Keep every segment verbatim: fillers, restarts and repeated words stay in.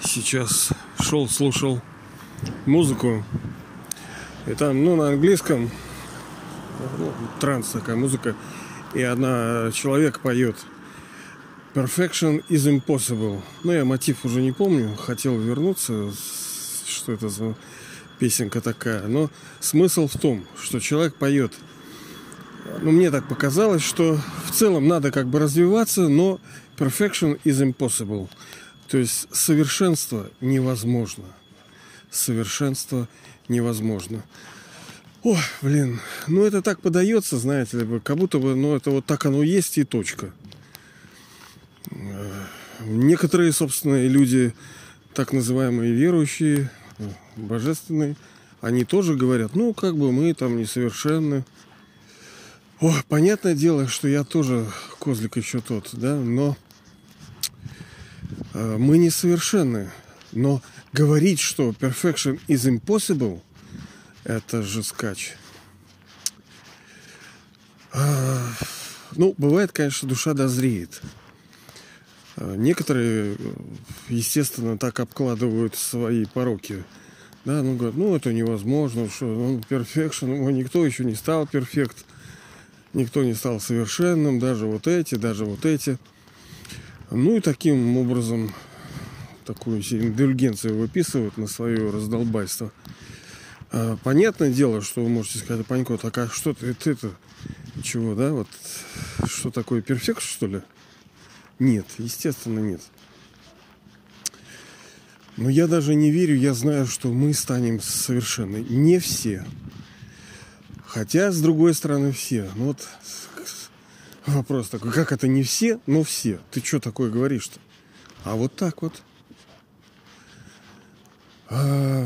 Сейчас шел, слушал музыку. И там, ну, на английском, ну, транс такая музыка. И одна человек поет Perfection is impossible. Ну, я мотив уже не помню. Хотел вернуться, что это за песенка такая. Но смысл в том, что человек поет. Ну, мне так показалось, что в целом надо как бы развиваться, но perfection is impossible. То есть совершенство невозможно. Совершенство невозможно. О, блин, ну это так подается, знаете ли, как будто бы, ну это вот так оно есть и точка. Некоторые, собственно, люди, так называемые верующие, божественные, они тоже говорят, ну как бы мы там несовершенны. О, понятное дело, что я тоже козлик еще тот, да, но э, мы несовершенны. Но говорить, что perfection is impossible, это же скач. А, ну, бывает, конечно, душа дозреет. А, некоторые, естественно, так обкладывают свои пороки. Да, ну, говорят, ну, это невозможно, что, ну, perfection, ну, никто еще не стал перфект. Никто не стал совершенным, даже вот эти, даже вот эти. Ну и таким образом такую индульгенцию выписывают на свое раздолбайство. А, понятное дело, что вы можете сказать, Панько, так а что ты, ты-то, чего, да, вот, что такое перфект, что ли? Нет, естественно, нет. Но я даже не верю, я знаю, что мы станем совершенны. Не все. Хотя, с другой стороны, все. Ну вот вопрос такой, как это не все, но все? Ты что такое говоришь-то? А вот так вот. А...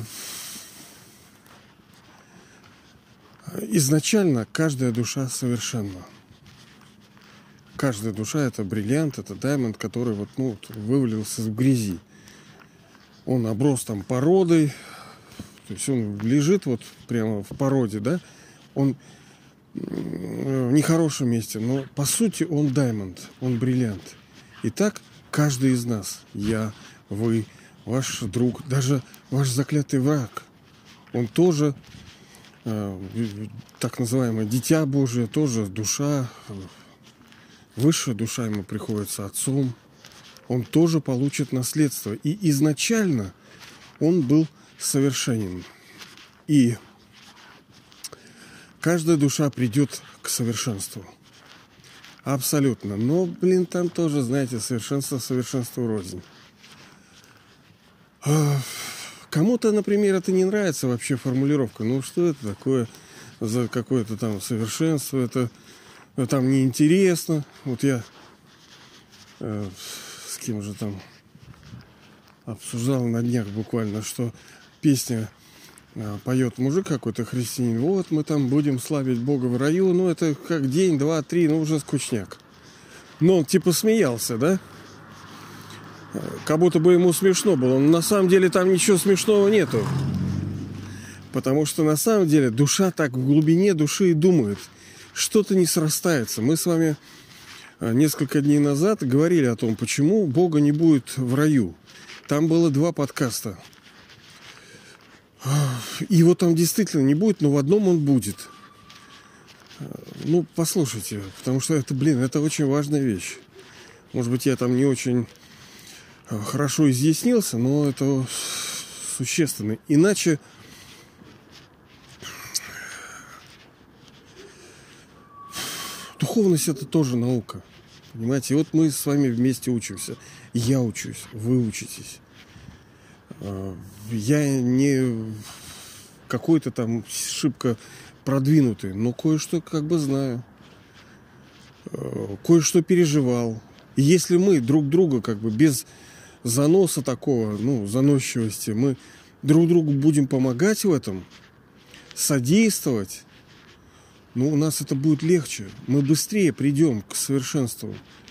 Изначально каждая душа совершенна. Каждая душа это бриллиант, это даймонд, который вот, ну, вывалился в грязи. Он оброс там породой, то есть он лежит вот прямо в породе, да? Он в нехорошем месте, но по сути он даймонд, он бриллиант. И так каждый из нас, я, вы, ваш друг, даже ваш заклятый враг, он тоже э, так называемое дитя Божие, тоже душа, высшая душа ему приходится отцом, он тоже получит наследство. И изначально он был совершенен. И каждая душа придет к совершенству. Абсолютно. Но, блин, там тоже, знаете, совершенство совершенству рознь. Кому-то, например, это не нравится вообще формулировка. Ну, что это такое за какое-то там совершенство? Это, это там неинтересно. Вот я э, с кем же там обсуждал на днях буквально, что песня поет мужик какой-то, христианин, вот мы там будем славить Бога в раю, ну это как день, два, три, ну уже скучняк. Но он типа смеялся, да? Как будто бы ему смешно было. Но на самом деле там ничего смешного нету. Потому что на самом деле душа так в глубине души и думает. Что-то не срастается. Мы с вами несколько дней назад говорили о том, почему Бога не будет в раю. Там было два подкаста. Его там действительно не будет, но в одном он будет. Ну, послушайте, потому что это, блин, это очень важная вещь. Может быть, я там не очень хорошо изъяснился, но это существенно. Иначе духовность это тоже наука. Понимаете, и вот мы с вами вместе учимся. Я учусь, вы учитесь. Я не какой-то там шибко продвинутый, но кое-что как бы знаю. Кое-что переживал. И если мы друг друга как бы без заноса такого, ну, заносчивости, мы друг другу будем помогать в этом, содействовать, ну, у нас это будет легче. Мы быстрее придем к совершенству.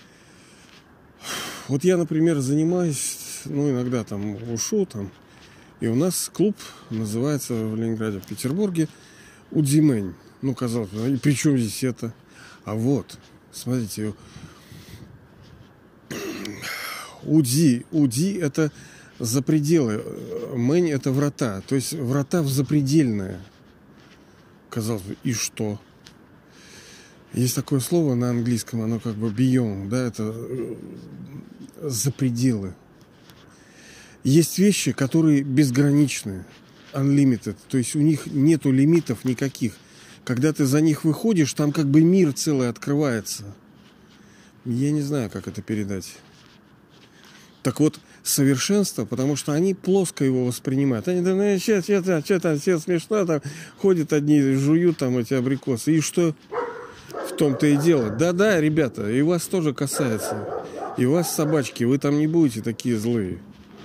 Вот я, например, занимаюсь, ну, иногда там ушу, там, и у нас клуб называется в Ленинграде, в Петербурге Удзимэнь. Ну, казалось бы, и при чем здесь это? А вот, смотрите, Удзи, Уди это за пределы. Мэнь — это врата. То есть врата в запредельное. Казалось бы, и что? Есть такое слово на английском, оно как бы beyond, да, это за пределы. Есть вещи, которые безграничны, unlimited, то есть у них нету лимитов никаких. Когда ты за них выходишь, там как бы мир целый открывается. Я не знаю, как это передать. Так вот, совершенство, потому что они плоско его воспринимают. Они думают, что, что, что там, все смешно, там ходят одни, жуют там эти абрикосы. И что? В том-то и дело. Да-да, ребята, и вас тоже касается. И вас, собачки, вы там не будете такие злые.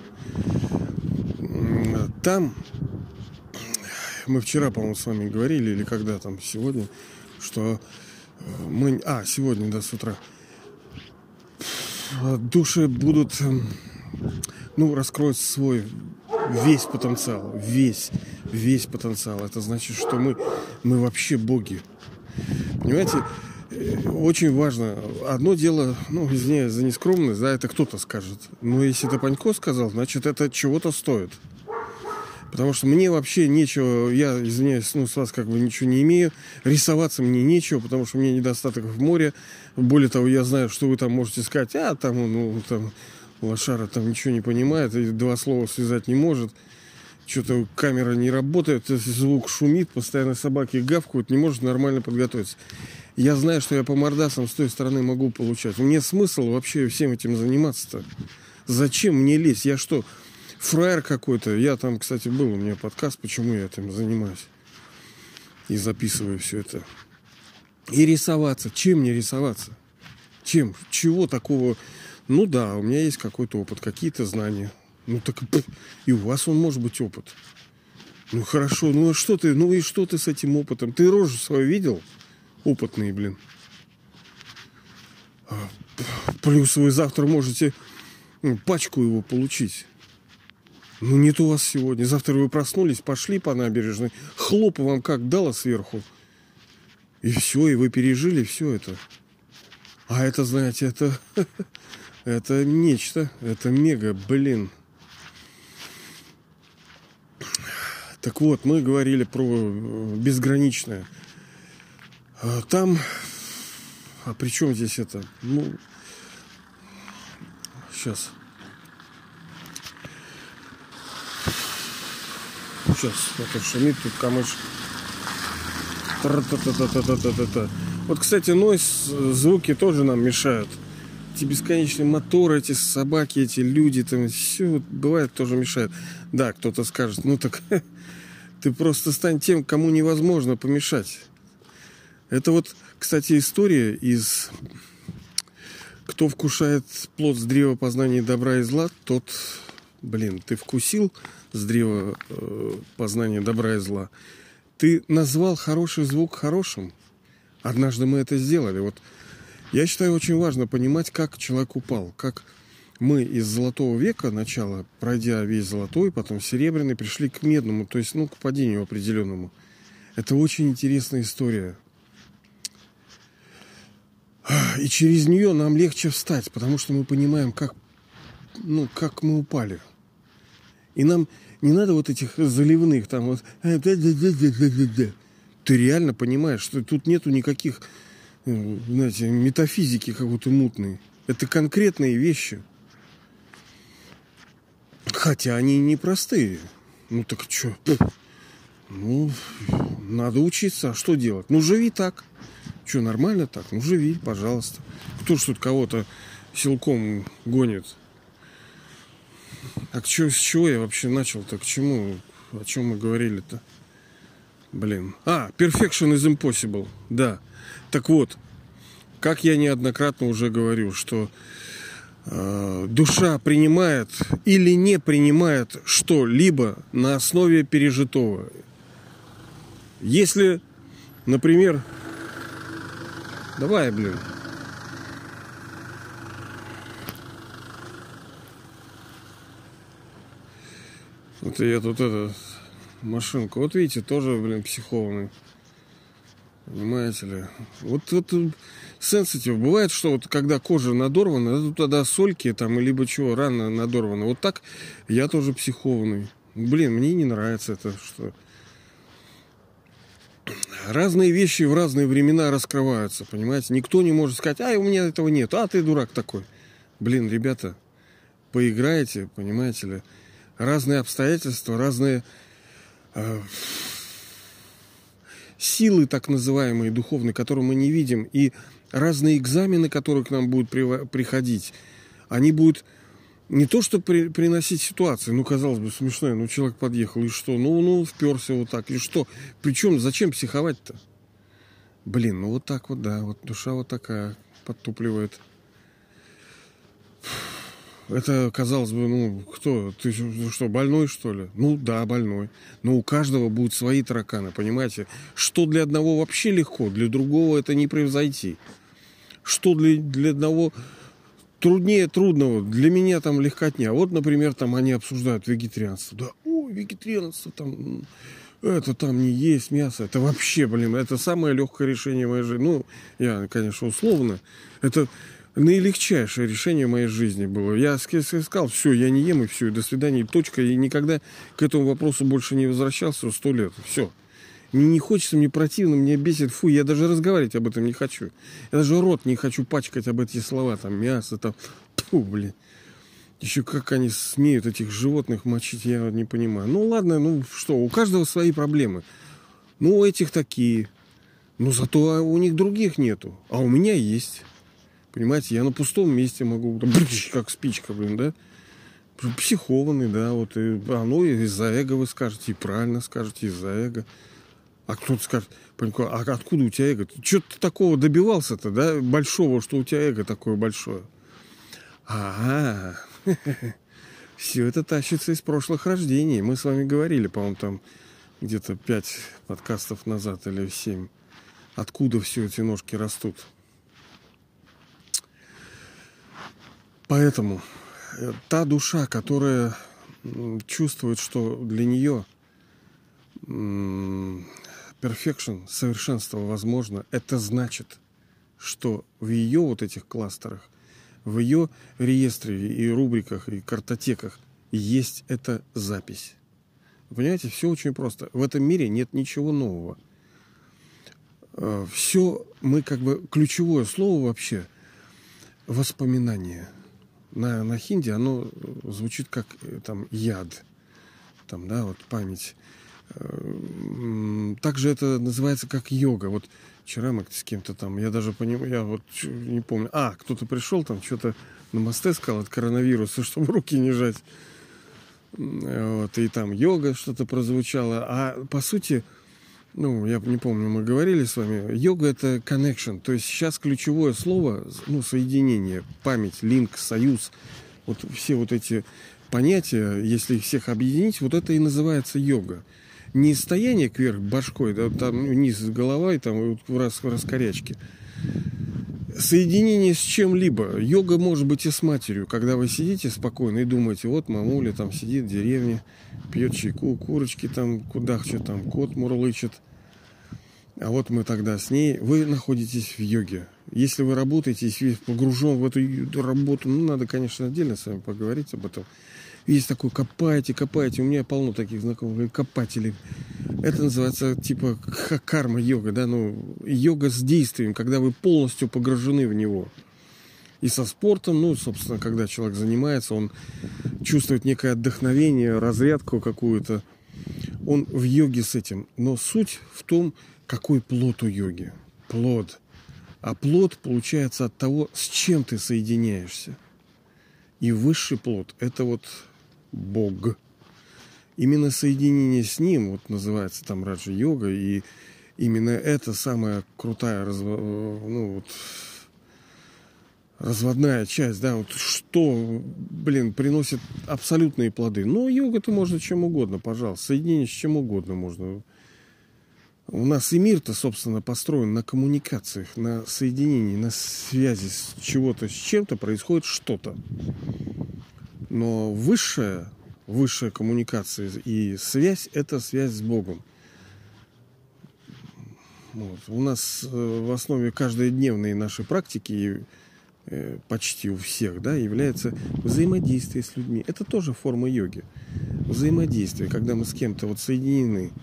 Там, мы вчера, по-моему, с вами говорили, или когда там, сегодня, что мы... А, сегодня, да, с утра. Души будут, ну, раскроют свой весь потенциал. Весь, весь потенциал. Это значит, что мы, мы вообще боги. Понимаете, очень важно. Одно дело, ну, извиняюсь за нескромность, да, это кто-то скажет. Но если это Панько сказал, значит, это чего-то стоит. Потому что мне вообще нечего, я, извиняюсь, ну, с вас как бы ничего не имею. Рисоваться мне нечего, потому что у меня недостаток в море. Более того, я знаю, что вы там можете сказать, а, там, ну, там, лошара там ничего не понимает, и два слова связать не может. Что-то камера не работает, звук шумит, постоянно собаки гавкают, не может нормально подготовиться. Я знаю, что я по мордасам с той стороны могу получать. Мне смысл вообще всем этим заниматься-то? Зачем мне лезть? Я что, фраер какой-то? Я там, кстати, был, у меня подкаст, почему я этим занимаюсь. И записываю все это. И рисоваться. Чем мне рисоваться? Чем? Чего такого? Ну да, у меня есть какой-то опыт, какие-то знания. Ну так и у вас он может быть опыт. Ну хорошо, ну а что ты, ну и что ты с этим опытом? Ты рожу свою видел? Опытный, блин. Плюс вы завтра можете, ну, пачку его получить. Ну нет у вас сегодня. Завтра вы проснулись, пошли по набережной, хлоп вам как дало сверху. И все, и вы пережили все это. А это, знаете, это, это нечто. Это мега, блин. Так вот, мы говорили про безграничное. Там, а при чем здесь это? Ну, сейчас. Сейчас, это шумит, тут камыш. Та-та-та-та-та-та-та-та. Вот, кстати, нойз, звуки тоже нам мешают. Эти бесконечные моторы, эти собаки, эти люди, там все бывает тоже мешает. Да, кто-то скажет, ну так ты просто стань тем, кому невозможно помешать. Это вот, кстати, история из «Кто вкушает плод с древа познания добра и зла, тот...» Блин, ты вкусил с древа э, познания добра и зла. Ты назвал хороший звук хорошим. Однажды мы это сделали. Вот я считаю, очень важно понимать, как человек упал. Как мы из золотого века, начала, пройдя весь золотой, потом серебряный, пришли к медному, то есть, ну, к падению определенному. Это очень интересная история. И через нее нам легче встать, потому что мы понимаем, как, ну, как мы упали. И нам не надо вот этих заливных там вот. Ты реально понимаешь, что тут нету никаких, знаете, метафизики какой-то мутной. Это конкретные вещи. Хотя они непростые. Ну так что? Ну, надо учиться. А что делать? Ну, живи так. Что, нормально так? Ну, живи, пожалуйста. Кто ж тут кого-то силком гонит? А чё, с чего я вообще начал-то? К чему? О чем мы говорили-то? Блин. А, perfection is impossible. Да. Так вот, как я неоднократно уже говорю, что э, душа принимает или не принимает что-либо на основе пережитого. Если, например... Давай, блин. Вот я тут это... Машинку. Вот видите, тоже, блин, психованный. Понимаете ли? Вот, вот сенситив. Бывает, что вот когда кожа надорвана, тогда сольки там, либо чего, рано надорвана. Вот так я тоже психованный. Блин, мне не нравится это, что... Разные вещи в разные времена раскрываются, понимаете? Никто не может сказать, а, у меня этого нет, а ты дурак такой. Блин, ребята, поиграйте, понимаете ли? Разные обстоятельства, разные э, силы, так называемые, духовные, которые мы не видим, и разные экзамены, которые к нам будут при, приходить, они будут не то, что при, приносить ситуации, ну, казалось бы, смешно, ну, человек подъехал, и что? Ну, ну, вперся вот так, и что? Причем, зачем психовать-то? Блин, ну, вот так вот, да, вот душа вот такая подтупливает. Это, казалось бы, ну, кто? Ты что, больной, что ли? Ну, да, больной. Но у каждого будут свои тараканы, понимаете? Что для одного вообще легко, для другого это не превзойти. Что для, для одного... Труднее трудного. Для меня там легкотня. Вот, например, там они обсуждают вегетарианство. Да, о, вегетарианство там, это там не есть мясо. Это вообще, блин, это самое легкое решение в моей жизни. Ну, я, конечно, условно. Это наилегчайшее решение в моей жизни было. Я сказал, все, я не ем, и все, и до свидания, и точка. И никогда к этому вопросу больше не возвращался сто лет. Все. Мне не хочется, мне противно, мне бесит. Фу, я даже разговаривать об этом не хочу. Я даже рот не хочу пачкать об эти слова. Там мясо, там... Фу, блин. Еще как они смеют этих животных мочить, я не понимаю. Ну, ладно, ну что, у каждого свои проблемы. Ну, у этих такие. Но зато у них других нету. А у меня есть. Понимаете, я на пустом месте могу... Как спичка, блин, да? Психованный, да. Вот, и, а ну, из-за эго вы скажете. И правильно скажете, из-за эго. А кто-то скажет, а откуда у тебя эго? Что ты такого добивался-то, да, большого, что у тебя эго такое большое? Ага, все это тащится из прошлых рождений. Мы с вами говорили, по-моему, там где-то пять подкастов назад или семь. Откуда все эти ножки растут? Поэтому та душа, которая чувствует, что для нее... Perfection, совершенство возможно, это значит, что в ее вот этих кластерах, в ее реестре и рубриках, и картотеках есть эта запись. Понимаете, все очень просто. В этом мире нет ничего нового. Все, мы как бы, ключевое слово вообще — воспоминание. На, на хинди оно звучит как там яд, там, да, вот память. Также это называется как йога. Вот вчера мы с кем-то там, я даже понимаю, я вот не помню. А, кто-то пришел там, что-то намасте сказал от коронавируса, чтобы руки не жать. Вот, и там йога что-то прозвучало. А по сути, ну, я не помню, мы говорили с вами, йога — это connection. То есть сейчас ключевое слово, ну, соединение, память, линк, союз. Вот все вот эти понятия, если их всех объединить, вот это и называется йога. Не стояние кверх башкой, да, там вниз голова и там в раз, раскорячки. Соединение с чем-либо. Йога может быть и с матерью, когда вы сидите спокойно и думаете, вот мамуля там сидит в деревне, пьет чайку, курочки там кудахчат, там кот мурлычет. А вот мы тогда с ней, вы находитесь в йоге. Если вы работаете, если вы погружен в эту работу, ну, надо, конечно, отдельно с вами поговорить об этом. Есть такой, копаете, копаете. У меня полно таких знакомых копателей. Это называется типа карма-йога, да, ну, йога с действием, когда вы полностью погружены в него. И со спортом, ну, собственно, когда человек занимается, он чувствует некое отдохновение, разрядку какую-то. Он в йоге с этим. Но суть в том, какой плод у йоги. Плод. А плод получается от того, с чем ты соединяешься. И высший плод — это вот Бог. Именно соединение с Ним, вот называется там раджа-йога, и именно это самая крутая разво... ну, вот, разводная часть, да, вот что, блин, приносит абсолютные плоды. Но йога-то можно чем угодно, пожалуйста, соединение с чем угодно можно. У нас и мир-то, собственно, построен на коммуникациях, на соединении, на связи с чего-то, с чем-то происходит что-то. Но высшая, высшая коммуникация и связь — это связь с Богом. Вот. У нас в основе каждодневной нашей практики, почти у всех, да, является взаимодействие с людьми. Это тоже форма йоги. Взаимодействие, когда мы с кем-то вот соединены.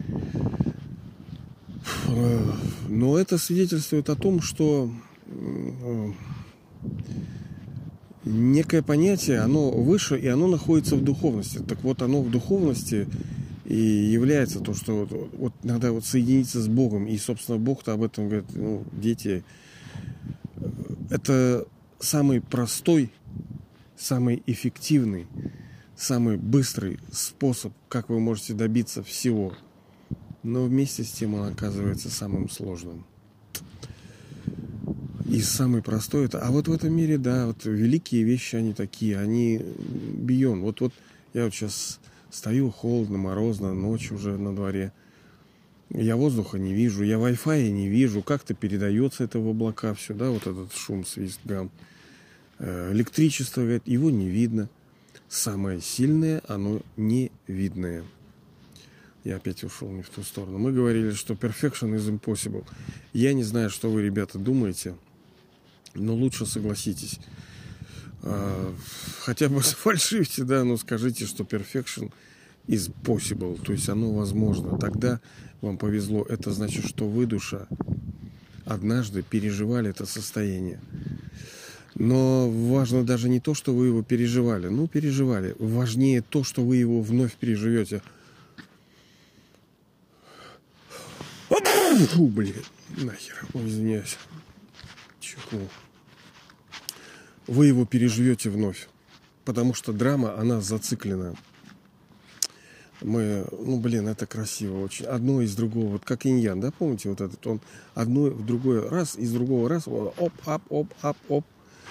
Но это свидетельствует о том, что некое понятие, оно выше, и оно находится в духовности. Так вот, оно в духовности и является то, что вот, вот надо вот соединиться с Богом. И, собственно, Бог-то об этом говорит, ну, дети, это самый простой, самый эффективный, самый быстрый способ, как вы можете добиться всего. Но вместе с тем он оказывается самым сложным. И самый простой это... А вот в этом мире, да, вот великие вещи, они такие, они beyond. Вот, вот я вот сейчас стою, холодно, морозно, ночь уже на дворе. Я воздуха не вижу, я Wi-Fi не вижу. Как-то передается это в облака все, да, вот этот шум, свист, гам. Электричество, говорит, его не видно. Самое сильное, оно невидное. Я опять ушел не в ту сторону. Мы говорили, что perfection is impossible. Я не знаю, что вы, ребята, думаете, но лучше согласитесь. Хотя бы сфальшивьте, да, но скажите, что perfection is possible. То есть оно возможно. Тогда вам повезло. Это значит, что вы, душа, однажды переживали это состояние. Но важно даже не то, что вы его переживали. Ну, переживали. Важнее то, что вы его вновь переживете. Фу, блин, нахер. Ой, извиняюсь. Чихнул. Вы его переживете вновь. Потому что драма, она зациклена. Мы, ну, блин, это красиво очень. Одно из другого. Вот как иньян, да, помните вот этот? Он одно в другое раз, из другого раз. Оп, оп, оп, оп, оп.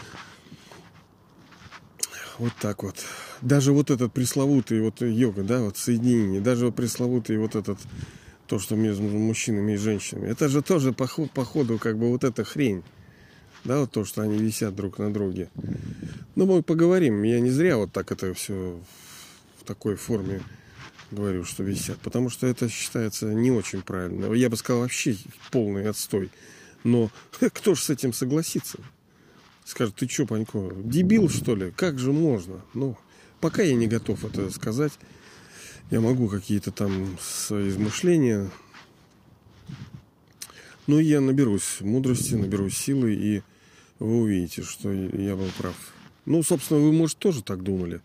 Вот так вот. Даже вот этот пресловутый вот йога, да, вот соединение. Даже вот пресловутый вот этот... То, что между мужчинами и женщинами. Это же тоже по, по ходу как бы вот эта хрень. Да, вот то, что они висят друг на друге. Ну, мы поговорим. Я не зря вот так это все в такой форме говорю, что висят. Потому что это считается не очень правильно. Я бы сказал, вообще полный отстой. Но кто же с этим согласится? Скажет, ты что, Панько, дебил, что ли? Как же можно? Ну, пока я не готов это сказать. Я могу какие-то там свои измышления. Но я наберусь мудрости, наберусь силы, и вы увидите, что я был прав. Ну, собственно, вы, может, тоже так думали.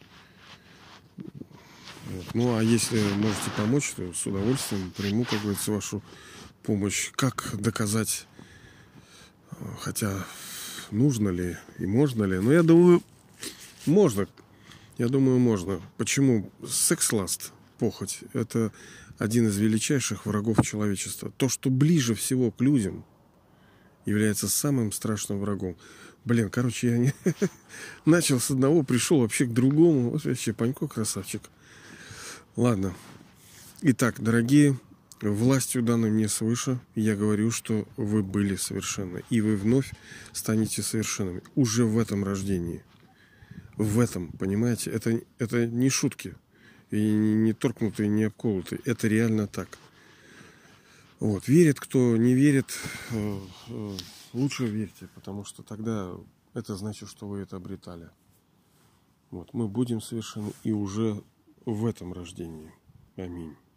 Вот. Ну, а если можете помочь, то с удовольствием приму, как говорится, вашу помощь. Как доказать, хотя нужно ли и можно ли. Но я думаю, можно. Я думаю, можно. Почему? Секс-ласт. Похоть – это один из величайших врагов человечества. То, что ближе всего к людям, является самым страшным врагом. Блин, короче, я не... начал с одного, пришел вообще к другому. Вот вообще, Панько красавчик. Ладно. Итак, дорогие, властью данной мне свыше, я говорю, что вы были совершенны. И вы вновь станете совершенными. Уже в этом рождении. В этом, понимаете? Это, это не шутки. И не торкнутый, не обколотый. Это реально так. Вот. Верит, кто не верит, лучше верьте, потому что тогда это значит, что вы это обретали. Вот. Мы будем совершенны и уже в этом рождении. Аминь.